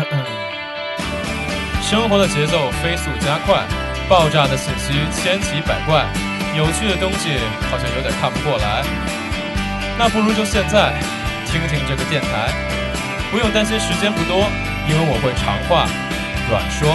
生活的节奏飞速加快，爆炸的信息千奇百怪，有趣的东西好像有点看不过来。那不如就现在听听这个电台，不用担心时间不多，因为我会长话短说。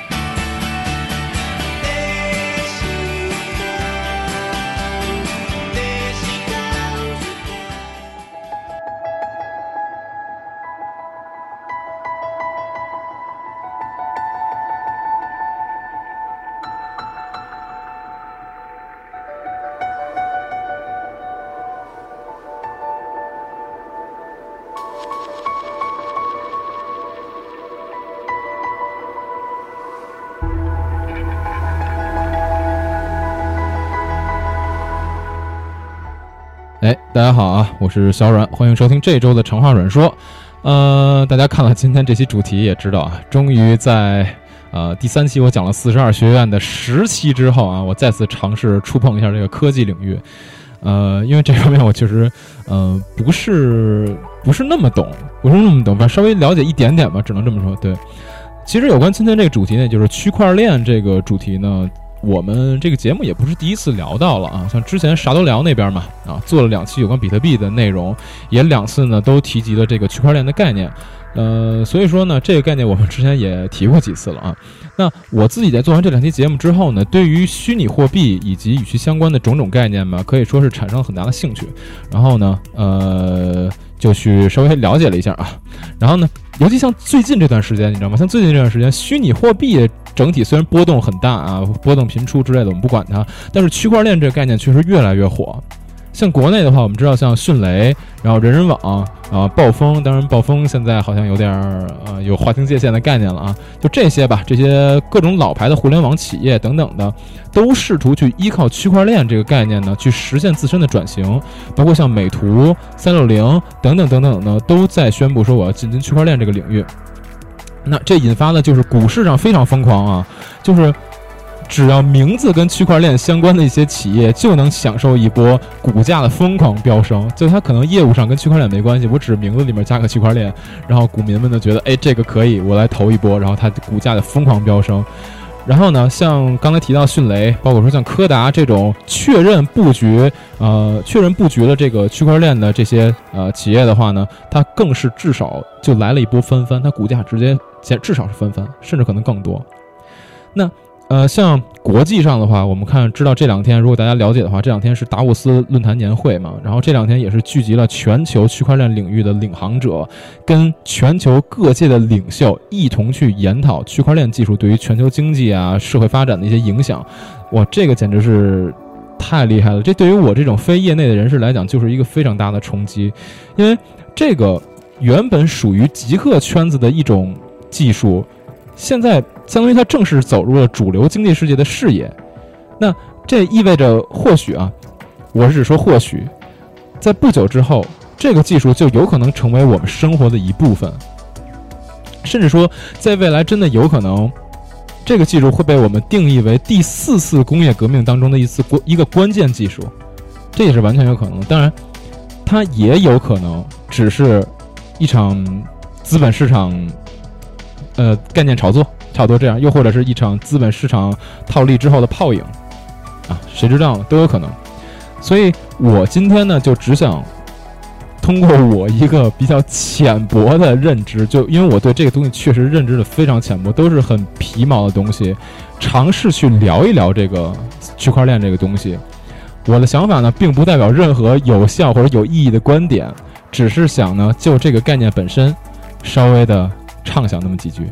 大家好啊，我是小阮，欢迎收听这周的长话软说。大家看了今天这期主题也知道啊，终于在第3期我讲了42学院的10期之后啊，我再次尝试触碰一下这个科技领域。因为这方面我确实不是那么懂，反正稍微了解一点点吧，只能这么说。对，其实有关今天这个主题呢，就是区块链这个主题呢，我们这个节目也不是第一次聊到了啊，像之前啥都聊那边嘛做了2期有关比特币的内容，也2次呢都提及了这个区块链的概念。所以说呢，这个概念我们之前也提过几次了啊。那我自己在做完这2期节目之后呢，对于虚拟货币以及与其相关的种种概念嘛，可以说是产生了很大的兴趣。然后呢，就去稍微了解了一下啊。然后呢，尤其像最近这段时间，你知道吗？像最近这段时间，虚拟货币整体虽然波动很大啊，波动频出之类的，我们不管它，但是区块链这个概念确实越来越火。像国内的话，我们知道像迅雷，然后人人网暴风，当然暴风现在好像有点有划清界限的概念了啊。就这些吧，这些各种老牌的互联网企业等等的，都试图去依靠区块链这个概念呢，去实现自身的转型。包括像美图、360等等等等呢，都在宣布说我要进军区块链这个领域。那这引发的就是股市上非常疯狂啊，就是只要名字跟区块链相关的一些企业就能享受一波股价的疯狂飙升。就它可能业务上跟区块链没关系，我只是名字里面加个区块链，然后股民们就觉得这个可以，我来投一波，然后它股价的疯狂飙升。然后呢，像刚才提到迅雷，包括说像柯达这种确认布局了这个区块链的这些企业的话呢，它更是至少就来了一波翻番，它股价直接至少是翻番，甚至可能更多。那像国际上的话，我们知道这2天，如果大家了解的话，这2天是达沃斯论坛年会嘛，然后这2天也是聚集了全球区块链领域的领航者，跟全球各界的领袖一同去研讨区块链技术对于全球经济啊、社会发展的一些影响。哇，这个简直是太厉害了！这对于我这种非业内的人士来讲，就是一个非常大的冲击，因为这个原本属于极客圈子的一种技术，现在相当于它正式走入了主流经济世界的视野。那这意味着或许我是只说或许，在不久之后，这个技术就有可能成为我们生活的一部分，甚至说在未来真的有可能，这个技术会被我们定义为第4次工业革命当中的一个关键技术，这也是完全有可能。当然，它也有可能只是一场资本市场概念炒作，差不多这样，又或者是一场资本市场套利之后的泡影谁知道呢，都有可能。所以我今天呢，就只想通过我一个比较浅薄的认知，就因为我对这个东西确实认知的非常浅薄，都是很皮毛的东西，尝试去聊一聊这个区块链这个东西。我的想法呢，并不代表任何有效或者有意义的观点，只是想呢，就这个概念本身稍微的畅想那么几句。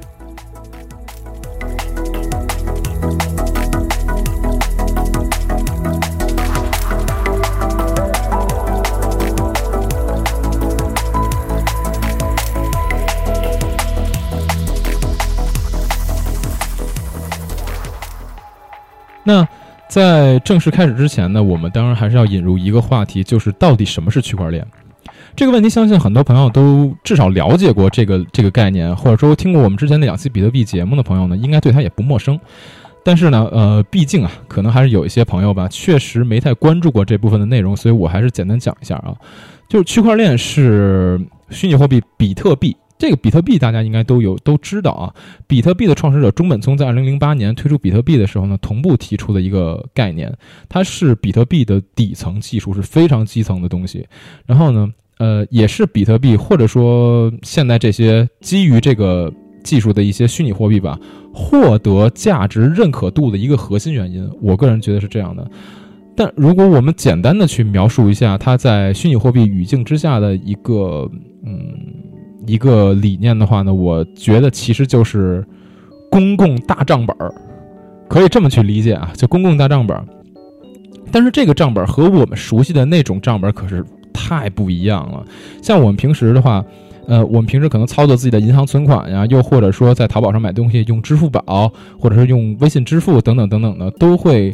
那在正式开始之前呢，我们当然还是要引入一个话题，就是到底什么是区块链？这个问题相信很多朋友都至少了解过这个概念，或者说听过我们之前那2期比特币节目的朋友呢，应该对它也不陌生。但是呢，毕竟可能还是有一些朋友吧，确实没太关注过这部分的内容，所以我还是简单讲一下啊。就是区块链是虚拟货币比特币这个比特币大家应该都知道啊。比特币的创始者中本聪在2008年推出比特币的时候呢，同步提出的一个概念，它是比特币的底层技术，是非常基层的东西。然后呢，也是比特币或者说现在这些基于这个技术的一些虚拟货币吧，获得价值认可度的一个核心原因。我个人觉得是这样的。但如果我们简单的去描述一下它在虚拟货币语境之下的一个理念的话呢，我觉得其实就是公共大账本，可以这么去理解啊，就公共大账本。但是这个账本和我们熟悉的那种账本可是太不一样了。像我们平时的话，我们平时可能操作自己的银行存款呀，又或者说在淘宝上买东西用支付宝，或者是用微信支付等等等等的，都会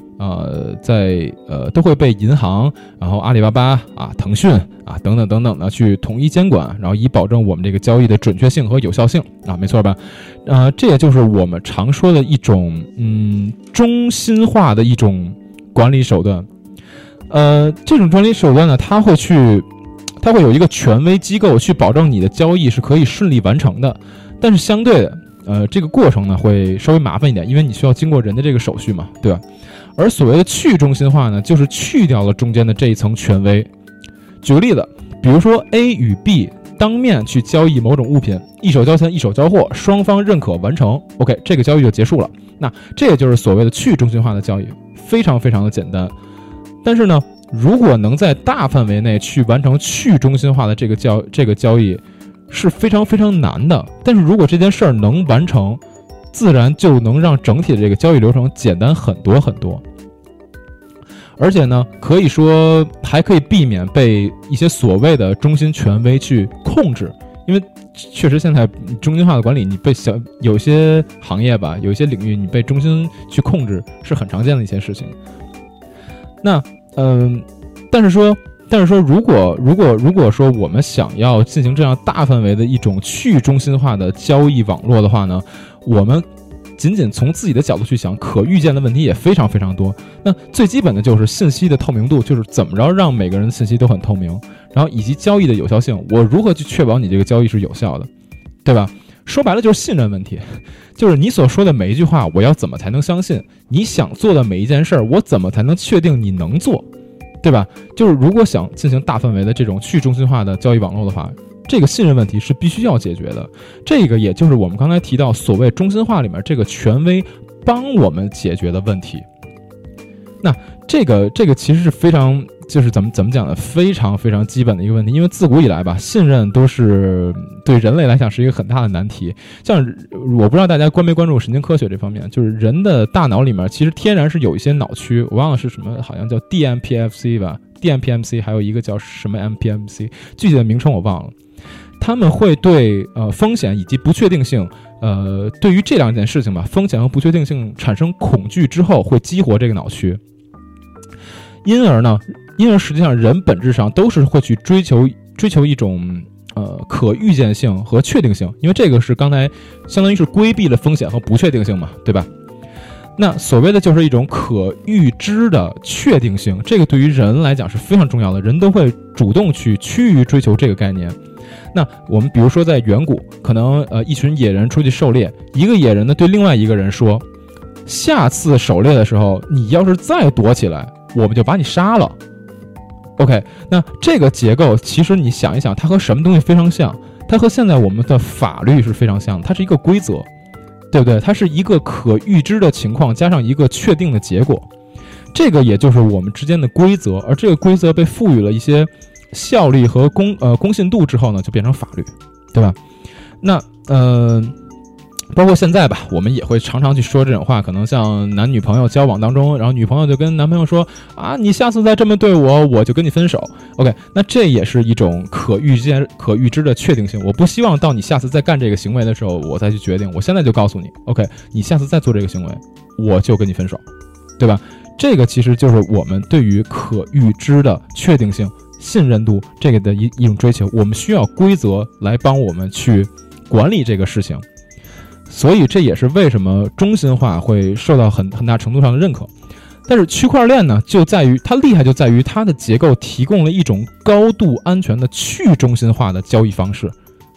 被银行，然后阿里巴巴啊、腾讯啊等等等等的去统一监管，然后以保证我们这个交易的准确性和有效性啊，没错吧？这也就是我们常说的一种中心化的一种管理手段。这种管理手段呢，它会有一个权威机构去保证你的交易是可以顺利完成的，但是相对的，这个过程呢会稍微麻烦一点，因为你需要经过人的这个手续嘛，对吧？而所谓的去中心化呢，就是去掉了中间的这一层权威。举个例子，比如说 A 与 B 当面去交易某种物品，一手交钱一手交货，双方认可完成 ，OK， 这个交易就结束了。那这也就是所谓的去中心化的交易，非常非常的简单。但是呢，如果能在大范围内去完成去中心化的这个交易是非常非常难的。但是如果这件事儿能完成，自然就能让整体的这个交易流程简单很多很多。而且呢，可以说还可以避免被一些所谓的中心权威去控制，因为确实现在中心化的管理，你被有些行业吧，有一些领域你被中心去控制是很常见的一件事情。那但是说，如果说我们想要进行这样大范围的一种去中心化的交易网络的话呢，我们仅仅从自己的角度去想，可预见的问题也非常非常多。那最基本的就是信息的透明度，就是怎么着让每个人的信息都很透明，然后以及交易的有效性，我如何去确保你这个交易是有效的，对吧？说白了就是信任问题，就是你所说的每一句话，我要怎么才能相信？你想做的每一件事儿，我怎么才能确定你能做？对吧？就是如果想进行大范围的这种去中心化的交易网络的话，这个信任问题是必须要解决的。这个也就是我们刚才提到所谓中心化里面这个权威帮我们解决的问题。那这个其实是非常，就是怎么讲呢？非常非常基本的一个问题，因为自古以来吧，信任都是对人类来讲是一个很大的难题。像我不知道大家关没关注神经科学这方面，就是人的大脑里面其实天然是有一些脑区，我忘了是什么，好像叫 DMPFC 吧 ，DMPMC， 还有一个叫什么 MPMC， 具体的名称我忘了。他们会对风险以及不确定性，对于这两件事情吧，风险和不确定性产生恐惧之后，会激活这个脑区。因而实际上人本质上都是会去追求一种可预见性和确定性，因为这个是刚才相当于是规避了风险和不确定性嘛，对吧？那所谓的就是一种可预知的确定性，这个对于人来讲是非常重要的，人都会主动去趋于追求这个概念。那我们比如说在远古，可能一群野人出去狩猎，一个野人呢对另外一个人说，下次狩猎的时候你要是再躲起来，我们就把你杀了。OK， 那这个结构其实你想一想，它和什么东西非常像？它和现在我们的法律是非常像的，它是一个规则，对不对？它是一个可预知的情况加上一个确定的结果，这个也就是我们之间的规则，而这个规则被赋予了一些效力和公信度之后呢，就变成法律，对吧？那包括现在吧，我们也会常常去说这种话，可能像男女朋友交往当中，然后女朋友就跟男朋友说啊，你下次再这么对我，我就跟你分手。OK， 那这也是一种可预知的确定性。我不希望到你下次再干这个行为的时候，我再去决定，我现在就告诉你 ，OK， 你下次再做这个行为，我就跟你分手，对吧？这个其实就是我们对于可预知的确定性、信任度这个的一种追求。我们需要规则来帮我们去管理这个事情。所以这也是为什么中心化会受到很大程度上的认可。但是区块链呢，就在于它厉害，就在于它的结构提供了一种高度安全的去中心化的交易方式。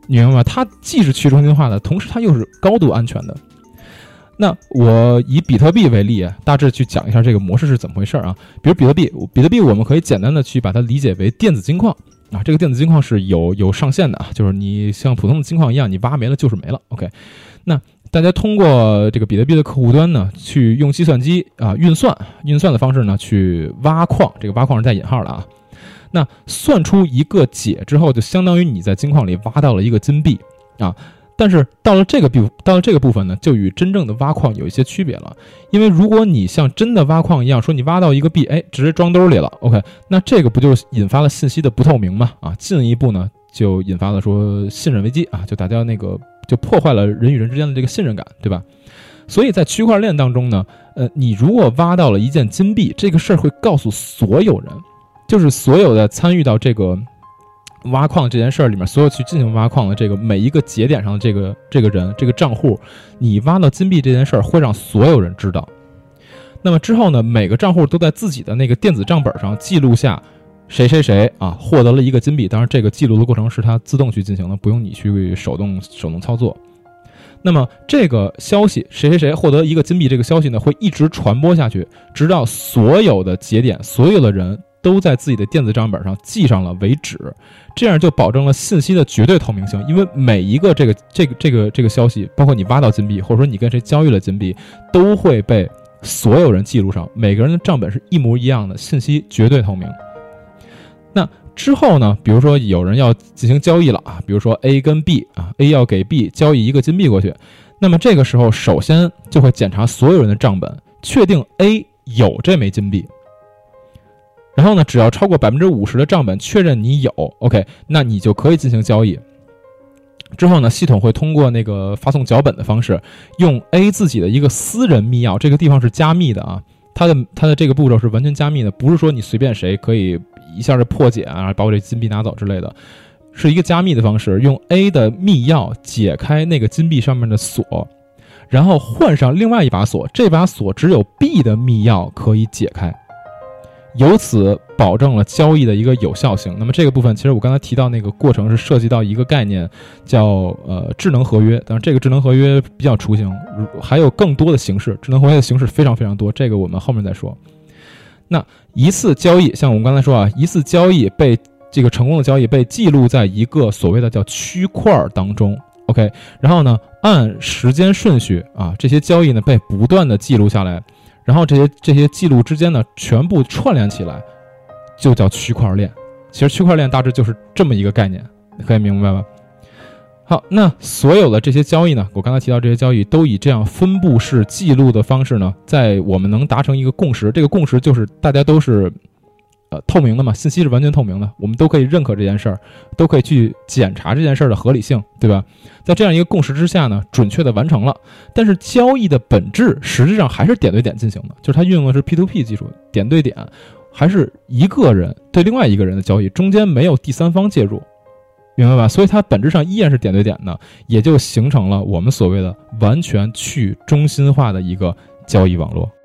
你明白吗？它既是去中心化的，同时它又是高度安全的。那我以比特币为例啊，大致去讲一下这个模式是怎么回事啊。比如比特币我们可以简单的去把它理解为电子金矿啊，这个电子金矿是有上限的啊，就是你像普通的金矿一样，你挖没了就是没了。OK， 那大家通过这个比特币的客户端呢，去用计算机啊运算的方式呢去挖矿，这个挖矿是带引号的啊。那算出一个解之后，就相当于你在金矿里挖到了一个金币啊。但是到了这个部分呢，就与真正的挖矿有一些区别了。因为如果你像真的挖矿一样，说你挖到一个币，直接装兜里了 ，OK， 那这个不就引发了信息的不透明吗？啊，进一步呢就引发了说信任危机啊，就大家那个就破坏了人与人之间的这个信任感，对吧？所以在区块链当中呢，你如果挖到了一件金币，这个事儿会告诉所有人，就是所有的参与到这个挖矿这件事儿里面，所有去进行挖矿的这个每一个节点上的这个人这个账户，你挖到金币这件事儿会让所有人知道。那么之后呢，每个账户都在自己的那个电子账本上记录下谁啊获得了一个金币。当然这个记录的过程是它自动去进行的，不用你去手动操作。那么这个消息谁获得一个金币这个消息呢，会一直传播下去，直到所有的节点所有的人都在自己的电子账本上记上了为止，这样就保证了信息的绝对透明性。因为每一个这个消息，包括你挖到金币，或者说你跟谁交易了金币，都会被所有人记录上，每个人的账本是一模一样的，信息绝对透明。那之后呢，比如说有人要进行交易了啊，比如说 A 跟 B 啊 ，A 要给 B 交易一个金币过去，那么这个时候首先就会检查所有人的账本，确定 A 有这枚金币。然后呢，只要超过 50% 的账本确认你有 OK， 那你就可以进行交易。之后呢，系统会通过那个发送脚本的方式，用 A 自己的一个私人密钥，这个地方是加密的啊，它的这个步骤是完全加密的，不是说你随便谁可以一下就破解啊，把我这金币拿走之类的，是一个加密的方式，用 A 的密钥解开那个金币上面的锁，然后换上另外一把锁，这把锁只有 B 的密钥可以解开。由此保证了交易的一个有效性。那么这个部分其实我刚才提到那个过程是涉及到一个概念叫智能合约，当然这个智能合约比较雏形，还有更多的形式，智能合约的形式非常非常多，这个我们后面再说。那一次交易，像我们刚才说啊，一次交易被这个成功的交易被记录在一个所谓的叫区块当中 OK， 然后呢按时间顺序啊，这些交易呢被不断的记录下来，然后这些记录之间呢全部串联起来，就叫区块链。其实区块链大致就是这么一个概念，你可以明白吗？好，那所有的这些交易呢，我刚才提到这些交易都以这样分布式记录的方式呢，在我们能达成一个共识，这个共识就是大家都是透明的嘛，信息是完全透明的，我们都可以认可这件事儿，都可以去检查这件事儿的合理性，对吧？在这样一个共识之下呢，准确的完成了。但是交易的本质实际上还是点对点进行的，就是它运用的是 P2P 技术，点对点，还是一个人对另外一个人的交易，中间没有第三方介入，明白吧？所以它本质上依然是点对点的，也就形成了我们所谓的完全去中心化的一个交易网络。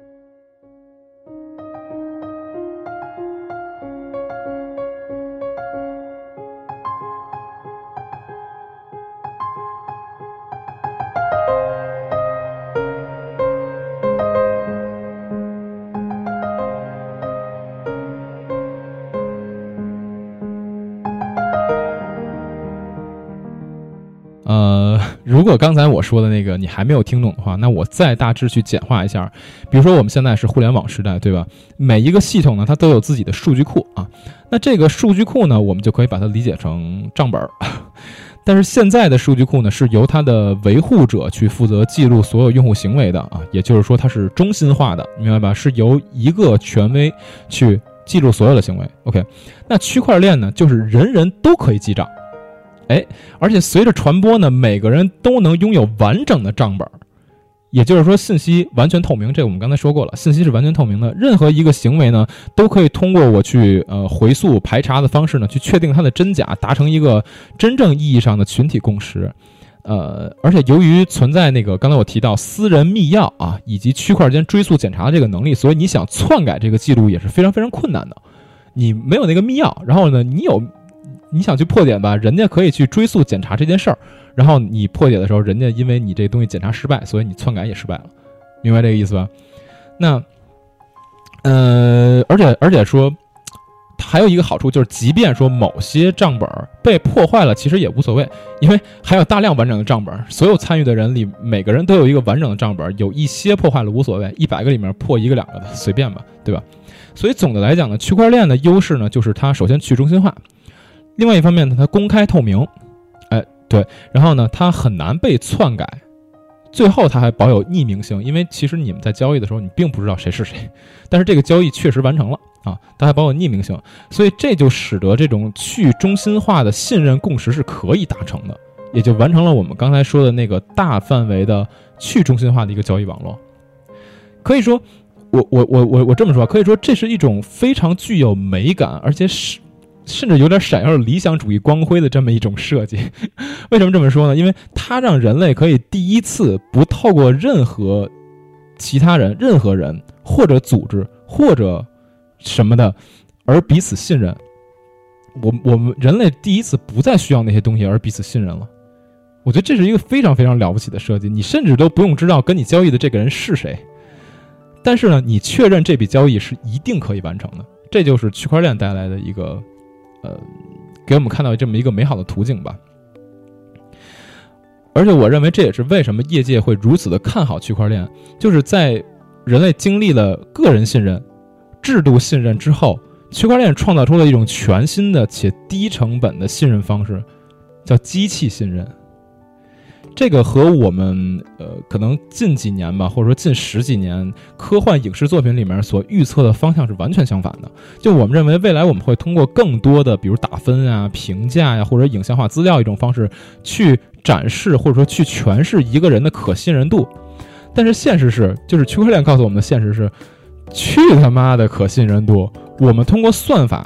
如果刚才我说的那个你还没有听懂的话，那我再大致去简化一下。比如说我们现在是互联网时代，对吧？每一个系统呢，它都有自己的数据库啊。那这个数据库呢，我们就可以把它理解成账本。但是现在的数据库呢，是由它的维护者去负责记录所有用户行为的啊，也就是说它是中心化的，明白吧？是由一个权威去记录所有的行为。OK， 那区块链呢，就是人人都可以记账。而且随着传播呢，每个人都能拥有完整的账本，也就是说信息完全透明，这个我们刚才说过了，信息是完全透明的，任何一个行为呢都可以通过我去回溯排查的方式呢去确定它的真假，达成一个真正意义上的群体共识。而且由于存在那个刚才我提到私人密钥啊，以及区块间追溯检查的这个能力，所以你想篡改这个记录也是非常非常困难的。你没有那个密钥，然后呢你有你想去破解吧，人家可以去追溯检查这件事儿，然后你破解的时候，人家因为你这东西检查失败，所以你篡改也失败了，明白这个意思吧？那而且说还有一个好处就是，即便说某些账本被破坏了，其实也无所谓，因为还有大量完整的账本，所有参与的人里每个人都有一个完整的账本，有一些破坏了无所谓，100个里面破1个2个的随便吧，对吧？所以总的来讲呢，区块链的优势呢，就是它首先去中心化，另外一方面呢，它公开透明，对，然后呢，它很难被篡改，最后它还保有匿名性，因为其实你们在交易的时候，你并不知道谁是谁，但是这个交易确实完成了啊，它还保有匿名性，所以这就使得这种去中心化的信任共识是可以达成的，也就完成了我们刚才说的那个大范围的去中心化的一个交易网络。可以说，我这么说，可以说这是一种非常具有美感，而且甚至有点闪耀理想主义光辉的这么一种设计。为什么这么说呢？因为它让人类可以第一次不透过任何其他人、任何人或者组织或者什么的而彼此信任。我们人类第一次不再需要那些东西而彼此信任了。我觉得这是一个非常非常了不起的设计，你甚至都不用知道跟你交易的这个人是谁，但是呢，你确认这笔交易是一定可以完成的。这就是区块链带来的一个给我们看到这么一个美好的途径吧。而且我认为这也是为什么业界会如此的看好区块链，就是在人类经历了个人信任、制度信任之后，区块链创造出了一种全新的且低成本的信任方式，叫机器信任。这个和我们可能近几年吧，或者说近10几年科幻影视作品里面所预测的方向是完全相反的。就我们认为未来我们会通过更多的比如打分啊、评价呀，或者影像化资料一种方式去展示或者说去诠释一个人的可信任度。但是现实是，就是区块链告诉我们的现实是，去他妈的可信任度，我们通过算法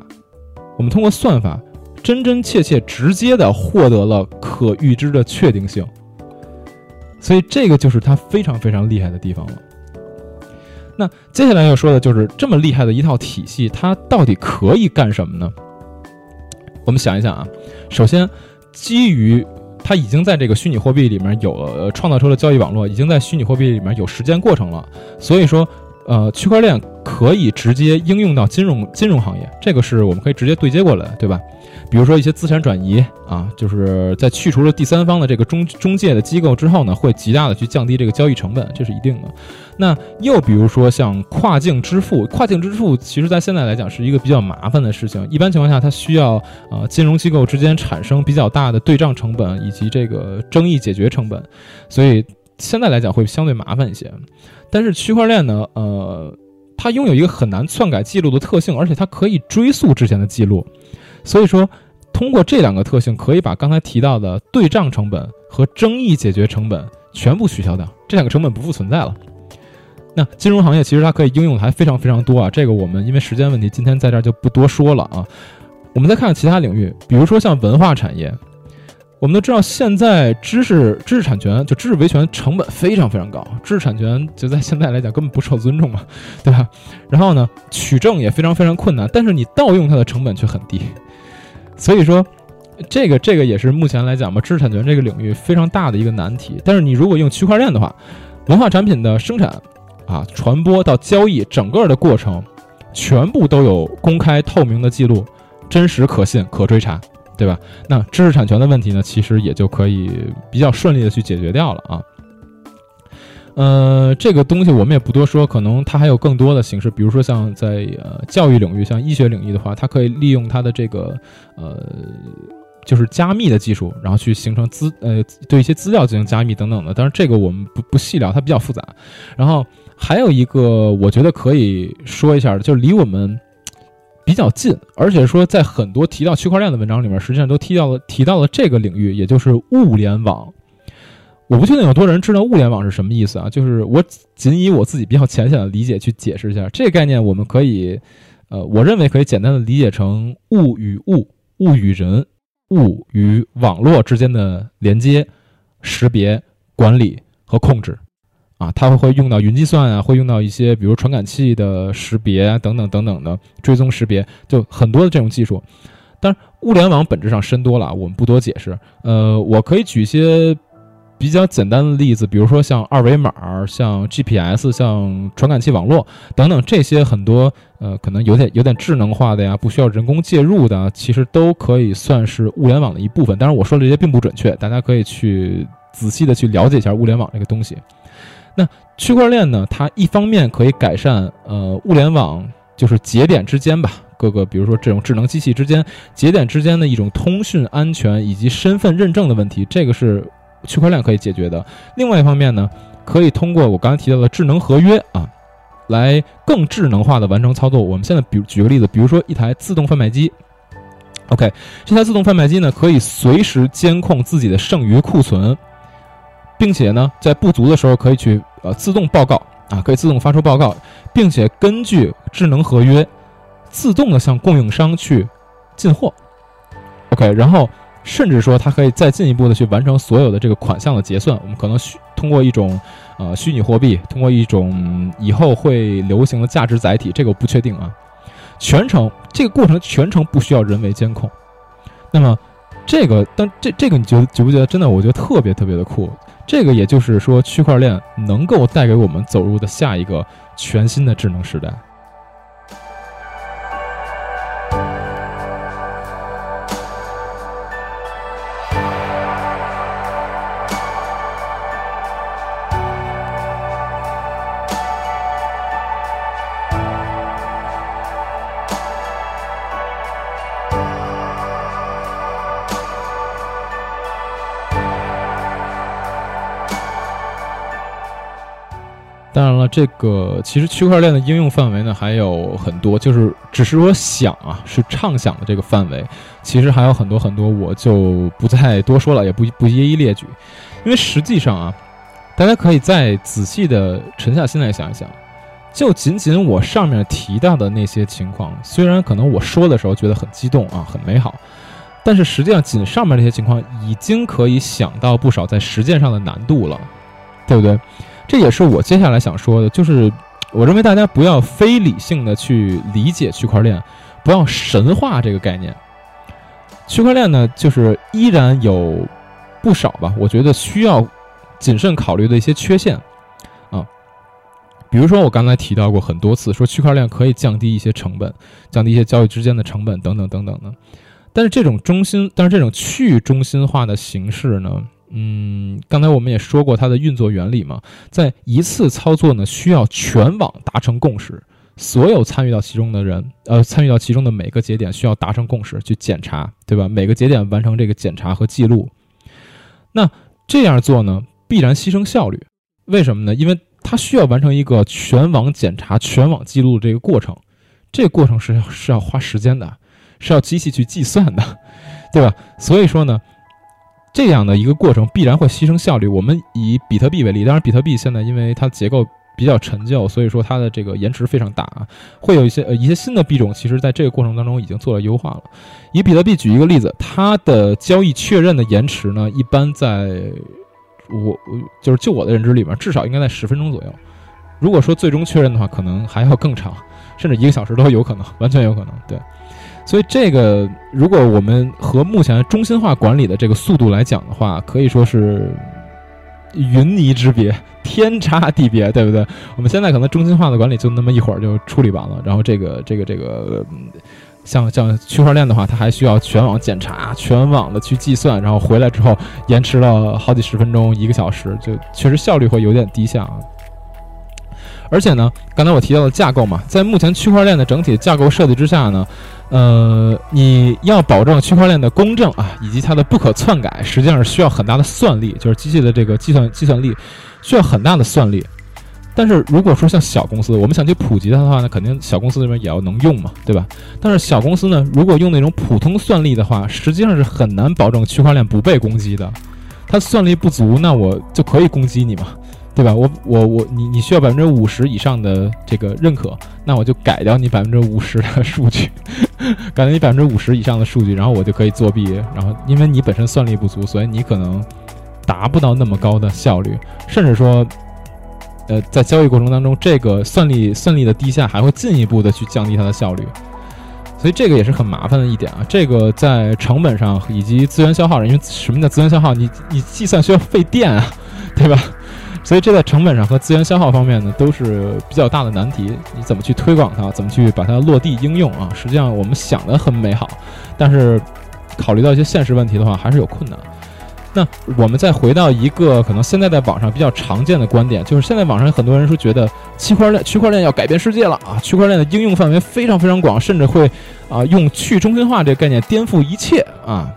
真真切切直接的获得了可预知的确定性。所以这个就是它非常非常厉害的地方了。那接下来要说的就是这么厉害的一套体系，它到底可以干什么呢？我们想一想啊，首先基于它已经在这个虚拟货币里面有创造出了交易网络，已经在虚拟货币里面有实践过程了，所以说区块链可以直接应用到金融行业，这个是我们可以直接对接过来的，对吧？比如说一些资产转移啊，就是在去除了第三方的这个中介的机构之后呢，会极大的去降低这个交易成本，这是一定的。那又比如说像跨境支付其实在现在来讲是一个比较麻烦的事情，一般情况下它需要金融机构之间产生比较大的对账成本以及这个争议解决成本，所以现在来讲会相对麻烦一些。但是区块链呢，它拥有一个很难篡改记录的特性，而且它可以追溯之前的记录，所以说通过这两个特性，可以把刚才提到的对账成本和争议解决成本全部取消掉，这两个成本不复存在了。那金融行业其实它可以应用的还非常非常多啊，这个我们因为时间问题今天在这儿就不多说了啊。我们再看其他领域，比如说像文化产业，我们都知道现在知识产权就知识维权成本非常非常高，知识产权就在现在来讲根本不受尊重嘛，对吧？然后呢，取证也非常非常困难，但是你盗用它的成本却很低，所以说这个也是目前来讲吧，知识产权这个领域非常大的一个难题。但是你如果用区块链的话，文化产品的生产啊、传播到交易整个的过程，全部都有公开透明的记录，真实可信可追查，对吧？那知识产权的问题呢，其实也就可以比较顺利的去解决掉了啊。这个东西我们也不多说，可能它还有更多的形式，比如说像在教育领域，像医学领域的话，它可以利用它的这个就是加密的技术，然后去形成对一些资料进行加密等等的。当然这个我们不细聊，它比较复杂。然后还有一个我觉得可以说一下的，就是离我们比较近，而且说在很多提到区块链的文章里面，实际上都提到了这个领域，也就是物联网。我不确定有多少人知道物联网是什么意思啊？就是我仅以我自己比较浅显的理解去解释一下这个概念。我们可以我认为可以简单的理解成物与物、物与人、物与网络之间的连接、识别、管理和控制啊，它会用到云计算啊，会用到一些比如传感器的识别等等等等的追踪识别，就很多的这种技术。 但是物联网本质上深多了，我们不多解释。我可以举一些比较简单的例子，比如说像二维码、像 GPS、像传感器网络等等，这些很多可能有点智能化的呀，不需要人工介入的，其实都可以算是物联网的一部分。当然我说的这些并不准确，大家可以去仔细的去了解一下物联网这个东西。那区块链呢，它一方面可以改善物联网就是节点之间吧，各个比如说这种智能机器之间节点之间的一种通讯安全以及身份认证的问题，这个是区块链可以解决的。另外一方面呢，可以通过我刚才提到的智能合约啊，来更智能化的完成操作。我们现在举个例子，比如说一台自动贩卖机 OK， 这台自动贩卖机呢可以随时监控自己的剩余库存，并且呢在不足的时候可以去自动报告啊，可以自动发出报告，并且根据智能合约自动的向供应商去进货 OK， 然后甚至说它可以再进一步的去完成所有的这个款项的结算。我们可能通过一种虚拟货币，通过一种以后会流行的价值载体，这个我不确定啊。这个过程全程不需要人为监控。那么这个你觉不觉得真的我觉得特别特别的酷。这个也就是说区块链能够带给我们走入的下一个全新的智能时代。当然了，这个其实区块链的应用范围呢还有很多，就是只是说想啊，是畅想的这个范围，其实还有很多很多，我就不再多说了，也不一一列举。因为实际上啊，大家可以再仔细的沉下心来想一想，就仅仅我上面提到的那些情况，虽然可能我说的时候觉得很激动啊，很美好，但是实际上仅上面这些情况已经可以想到不少在实践上的难度了，对不对？这也是我接下来想说的，就是我认为大家不要非理性的去理解区块链，不要神化这个概念。区块链呢，就是依然有不少吧，我觉得需要谨慎考虑的一些缺陷啊。比如说我刚才提到过很多次，说区块链可以降低一些成本，降低一些交易之间的成本等等等等的。但是这种去中心化的形式呢，刚才我们也说过它的运作原理嘛，在一次操作呢需要全网达成共识，所有参与到其中的人，参与到其中的每个节点需要达成共识去检查，对吧？每个节点完成这个检查和记录。那这样做呢，必然牺牲效率。为什么呢？因为它需要完成一个全网检查、全网记录的这个过程，这个过程是要花时间的，是要机器去计算的，对吧？所以说呢，这样的一个过程必然会牺牲效率。我们以比特币为例，当然比特币现在因为它结构比较陈旧，所以说它的这个延迟非常大啊，会有一些新的币种，其实在这个过程当中已经做了优化了。以比特币举一个例子，它的交易确认的延迟呢，一般在就我的认知里面，至少应该在10分钟左右。如果说最终确认的话，可能还要更长，甚至1个小时都有可能，完全有可能。对。所以这个如果我们和目前中心化管理的这个速度来讲的话，可以说是云泥之别，天差地别，对不对？我们现在可能中心化的管理就那么一会儿就处理完了，然后这个像区块链的话，它还需要全网检查，全网的去计算，然后回来之后延迟了好几十分钟，1个小时，就确实效率会有点低下啊。而且呢，刚才我提到的架构嘛，在目前区块链的整体架构设计之下呢，你要保证区块链的公正啊，以及它的不可篡改，实际上是需要很大的算力，就是机器的这个计算力需要很大的算力。但是如果说像小公司，我们想去普及它的话呢，肯定小公司那边也要能用嘛，对吧？但是小公司呢，如果用那种普通算力的话，实际上是很难保证区块链不被攻击的。它算力不足，那我就可以攻击你嘛。对吧？你需要50%以上的这个认可，那我就改掉你50%的数据，改掉你50%以上的数据，然后我就可以作弊。然后因为你本身算力不足，所以你可能达不到那么高的效率，甚至说，在交易过程当中，这个算力的低下还会进一步的去降低它的效率。 所以这个也是很麻烦的一点啊。这个在成本上以及资源消耗上，因为什么叫资源消耗？你计算需要费电啊，对吧？所以这在成本上和资源消耗方面呢，都是比较大的难题。你怎么去推广它，怎么去把它落地应用啊？实际上我们想的很美好，但是考虑到一些现实问题的话，还是有困难。那我们再回到一个可能现在在网上比较常见的观点，就是现在网上很多人说觉得区块链要改变世界了啊，区块链的应用范围非常非常广，甚至会用去中心化这个概念颠覆一切啊。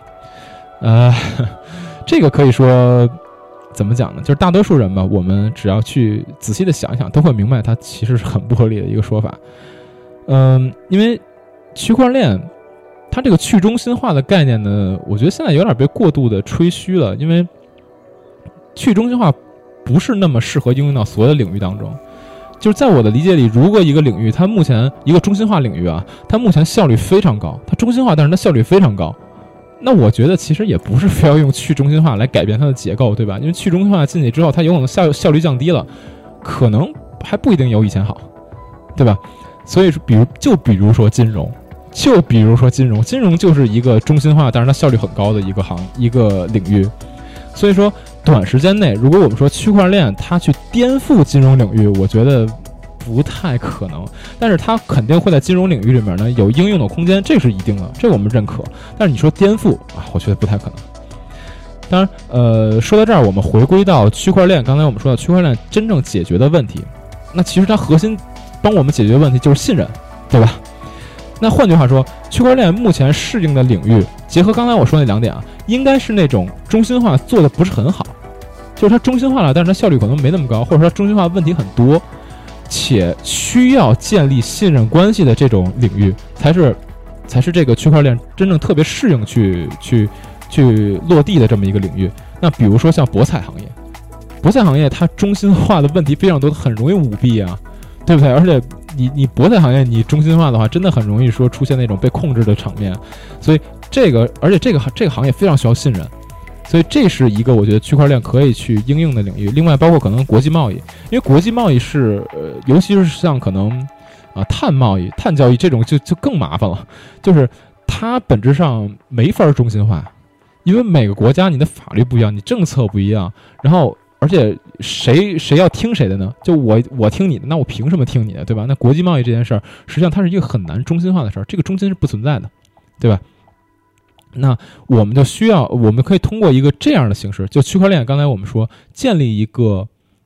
这个可以说怎么讲呢？就是大多数人吧，我们只要去仔细的想一想，都会明白它其实是很不合理的一个说法。因为区块链它这个去中心化的概念呢，我觉得现在有点被过度的吹嘘了，因为去中心化不是那么适合应用到所有的领域当中。就是在我的理解里，如果一个领域它目前一个中心化领域啊，它目前效率非常高，它中心化但是它效率非常高，那我觉得其实也不是非要用去中心化来改变它的结构，对吧？因为去中心化进去之后，它有可能效率降低了，可能还不一定有以前好，对吧？所以比如说金融，金融就是一个中心化，但是它效率很高的一个领域。所以说短时间内，如果我们说区块链它去颠覆金融领域，我觉得不太可能，但是它肯定会在金融领域里面呢有应用的空间，这是一定的，这个我们认可。但是你说颠覆啊，我觉得不太可能。当然，说到这儿，我们回归到区块链，刚才我们说到区块链真正解决的问题，那其实它核心帮我们解决的问题就是信任，对吧？那换句话说，区块链目前适应的领域，结合刚才我说那两点啊，应该是那种中心化做的不是很好，就是它中心化了，但是它效率可能没那么高，或者说它中心化问题很多，且需要建立信任关系的这种领域，才是这个区块链真正特别适应去落地的这么一个领域。那比如说像博彩行业它中心化的问题非常多，很容易舞弊啊，对不对？而且你博彩行业你中心化的话，真的很容易说出现那种被控制的场面，所以这个行业非常需要信任，所以这是一个我觉得区块链可以去应用的领域。另外包括可能国际贸易，因为国际贸易是尤其是像可能碳贸易、碳交易这种就更麻烦了，就是它本质上没法中心化，因为每个国家你的法律不一样，你政策不一样，然后而且谁要听谁的呢？就我听你的，那我凭什么听你的，对吧？那国际贸易这件事儿，实际上它是一个很难中心化的事儿，这个中心是不存在的，对吧？那我们可以通过一个这样的形式，就区块链，刚才我们说建立一个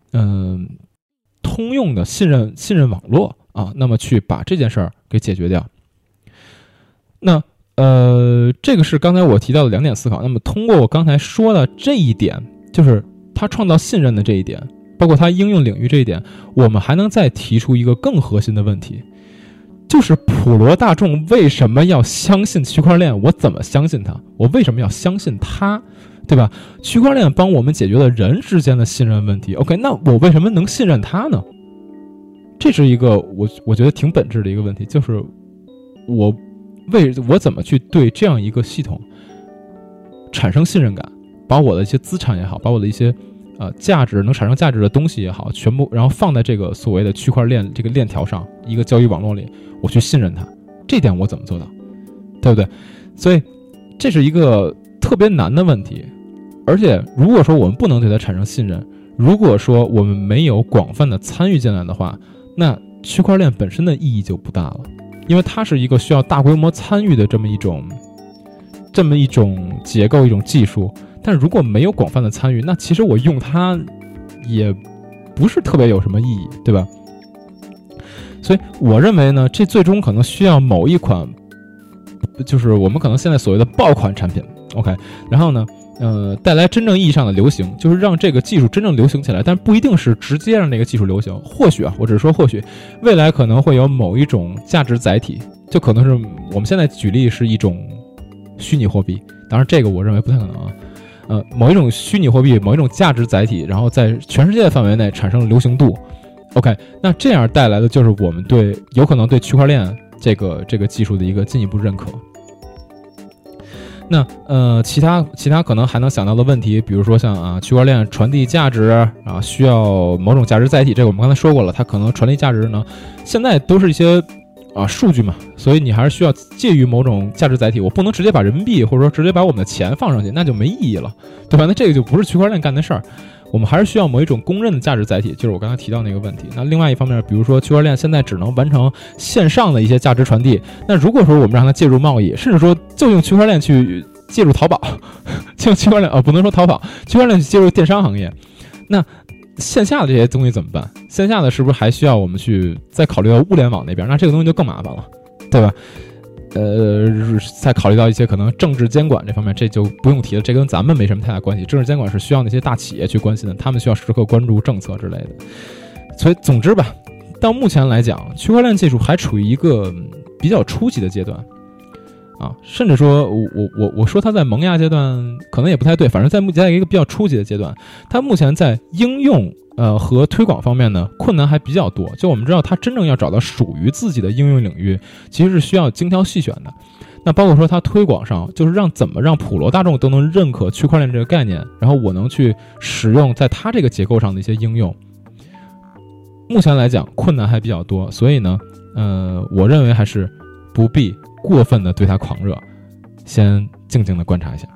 通用的信任网络啊，那么去把这件事儿给解决掉。那这个是刚才我提到的两点思考。那么通过我刚才说的这一点，就是它创造信任的这一点，包括它应用领域这一点，我们还能再提出一个更核心的问题，就是普罗大众为什么要相信区块链？我怎么相信它？我为什么要相信它？对吧？区块链帮我们解决了人之间的信任问题。OK， 那我为什么能信任它呢？这是一个我觉得挺本质的一个问题，就是我怎么去对这样一个系统产生信任感，把我的一些资产也好，把我的一些价值能产生价值的东西也好，全部然后放在这个所谓的区块链这个链条上，一个交易网络里，我去信任它，这点我怎么做到，对不对？所以这是一个特别难的问题。而且如果说我们不能对它产生信任，如果说我们没有广泛的参与进来的话，那区块链本身的意义就不大了，因为它是一个需要大规模参与的这么一种结构，一种技术。但是如果没有广泛的参与，那其实我用它也不是特别有什么意义，对吧？所以我认为呢，这最终可能需要某一款，就是我们可能现在所谓的爆款产品 ，OK， 然后呢带来真正意义上的流行，就是让这个技术真正流行起来，但不一定是直接让这个技术流行。或许我只是说或许未来可能会有某一种价值载体，就可能是我们现在举例是一种虚拟货币，当然这个我认为不太可能啊。某一种虚拟货币，某一种价值载体，然后在全世界的范围内产生流行度。OK， 那这样带来的就是我们有可能对区块链这个技术的一个进一步认可。那其他可能还能想到的问题，比如说像区块链传递价值需要某种价值载体，这个我们刚才说过了，它可能传递价值呢，现在都是一些数据嘛，所以你还是需要介于某种价值载体，我不能直接把人民币或者说直接把我们的钱放上去，那就没意义了，对吧？那这个就不是区块链干的事儿。我们还是需要某一种公认的价值载体，就是我刚才提到那个问题。那另外一方面，比如说区块链现在只能完成线上的一些价值传递，那如果说我们让它介入贸易，甚至说就用区块链去介入淘宝，就用区块链不能说淘宝，区块链去介入电商行业，那线下的这些东西怎么办？线下的是不是还需要我们去再考虑到物联网那边？那这个东西就更麻烦了，对吧？再考虑到一些可能政治监管这方面，这就不用提了，这跟咱们没什么太大关系。政治监管是需要那些大企业去关心的，他们需要时刻关注政策之类的。所以总之吧，到目前来讲，区块链技术还处于一个比较初级的阶段啊，甚至说我说它在萌芽阶段可能也不太对，反正在目前在一个比较初级的阶段，它目前在应用和推广方面呢，困难还比较多。就我们知道，它真正要找到属于自己的应用领域，其实是需要精挑细选的。那包括说它推广上，就是怎么让普罗大众都能认可区块链这个概念，然后我能去使用在它这个结构上的一些应用。目前来讲，困难还比较多，所以呢，我认为还是不必过分的对它狂热，先静静的观察一下。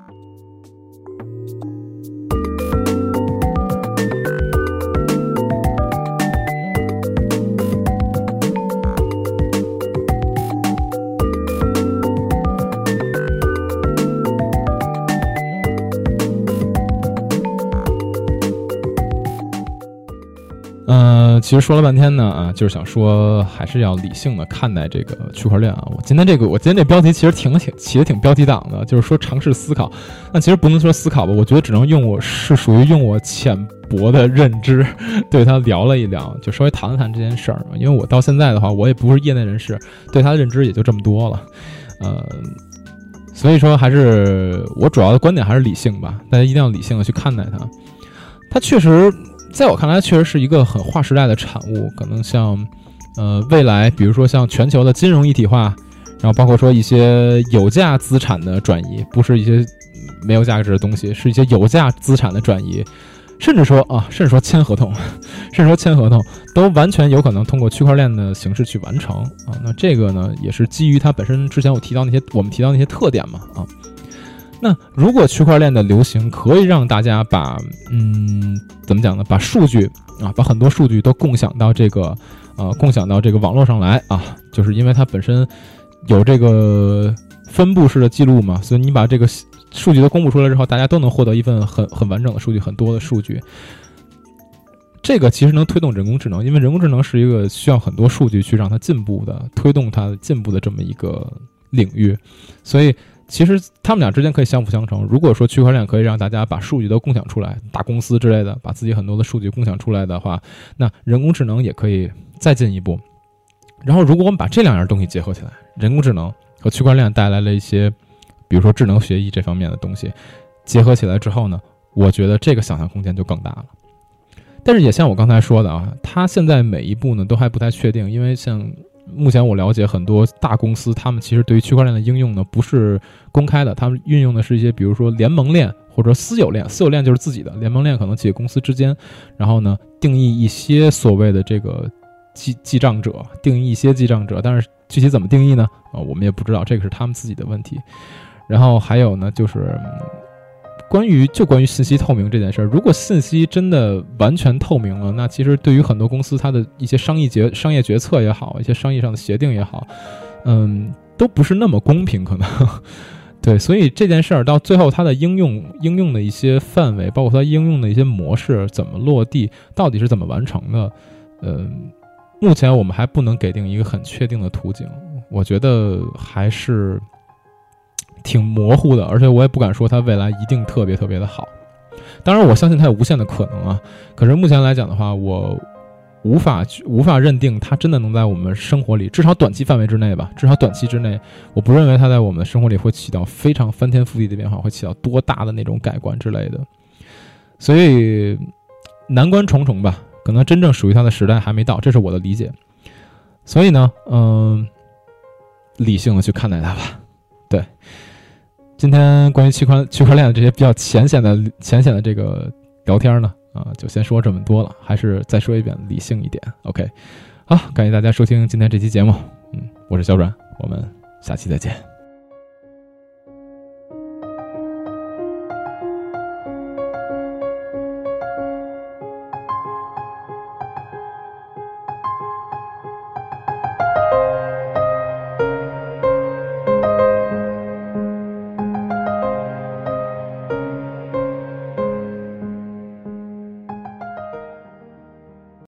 其实说了半天呢，就是想说还是要理性的看待这个区块链啊。我今天这标题其实起得挺标题党的，就是说尝试思考。那其实不能说思考吧，我觉得只能属于用我浅薄的认知对他聊了一聊，就稍微谈了谈这件事儿。因为我到现在的话，我也不是业内人士，对他的认知也就这么多了，所以说还是我主要的观点还是理性吧，大家一定要理性的去看待它。它确实在我看来确实是一个很划时代的产物，可能像未来比如说像全球的金融一体化，然后包括说一些有价资产的转移，不是一些没有价值的东西，是一些有价资产的转移，甚至说签合同都完全有可能通过区块链的形式去完成啊。那这个呢也是基于它本身之前我们提到那些特点嘛啊。那如果区块链的流行可以让大家把怎么讲呢？把数据啊，把很多数据都共享到这个网络上来啊，就是因为它本身有这个分布式的记录嘛，所以你把这个数据都公布出来之后，大家都能获得一份很完整的数据，很多的数据。这个其实能推动人工智能，因为人工智能是一个需要很多数据去让它进步的，推动它进步的这么一个领域，所以其实他们俩之间可以相辅相成。如果说区块链可以让大家把数据都共享出来，大公司之类的把自己很多的数据共享出来的话，那人工智能也可以再进一步。然后如果我们把这两样东西结合起来，人工智能和区块链带来了一些比如说智能学习这方面的东西结合起来之后呢，我觉得这个想象空间就更大了。但是也像我刚才说的啊，它现在每一步呢都还不太确定，因为像目前我了解很多大公司，他们其实对于区块链的应用呢不是公开的，他们运用的是一些比如说联盟链或者私有链，私有链就是自己的，联盟链可能几个公司之间，然后呢定义一些所谓的这个记账者，但是具体怎么定义呢？我们也不知道，这个是他们自己的问题。然后还有呢，就是关于信息透明这件事儿，如果信息真的完全透明了，那其实对于很多公司它的一些商业决策也好，一些商业上的协定也好，都不是那么公平可能。对，所以这件事儿到最后它的应用的一些范围，包括它应用的一些模式怎么落地，到底是怎么完成的，目前我们还不能给定一个很确定的途径，我觉得还是挺模糊的，而且我也不敢说它未来一定特别特别的好。当然我相信它有无限的可能啊，可是目前来讲的话，我无法认定它真的能在我们生活里，至少短期范围之内吧，我不认为它在我们的生活里会起到非常翻天覆地的变化，会起到多大的那种改观之类的。所以难关重重吧，可能真正属于它的时代还没到，这是我的理解。所以呢理性的去看待它吧。对，今天关于区块链的这些比较浅显的这个聊天呢，就先说这么多了，还是再说一遍，理性一点。OK， 好，感谢大家收听今天这期节目， 我是小阮，我们下期再见。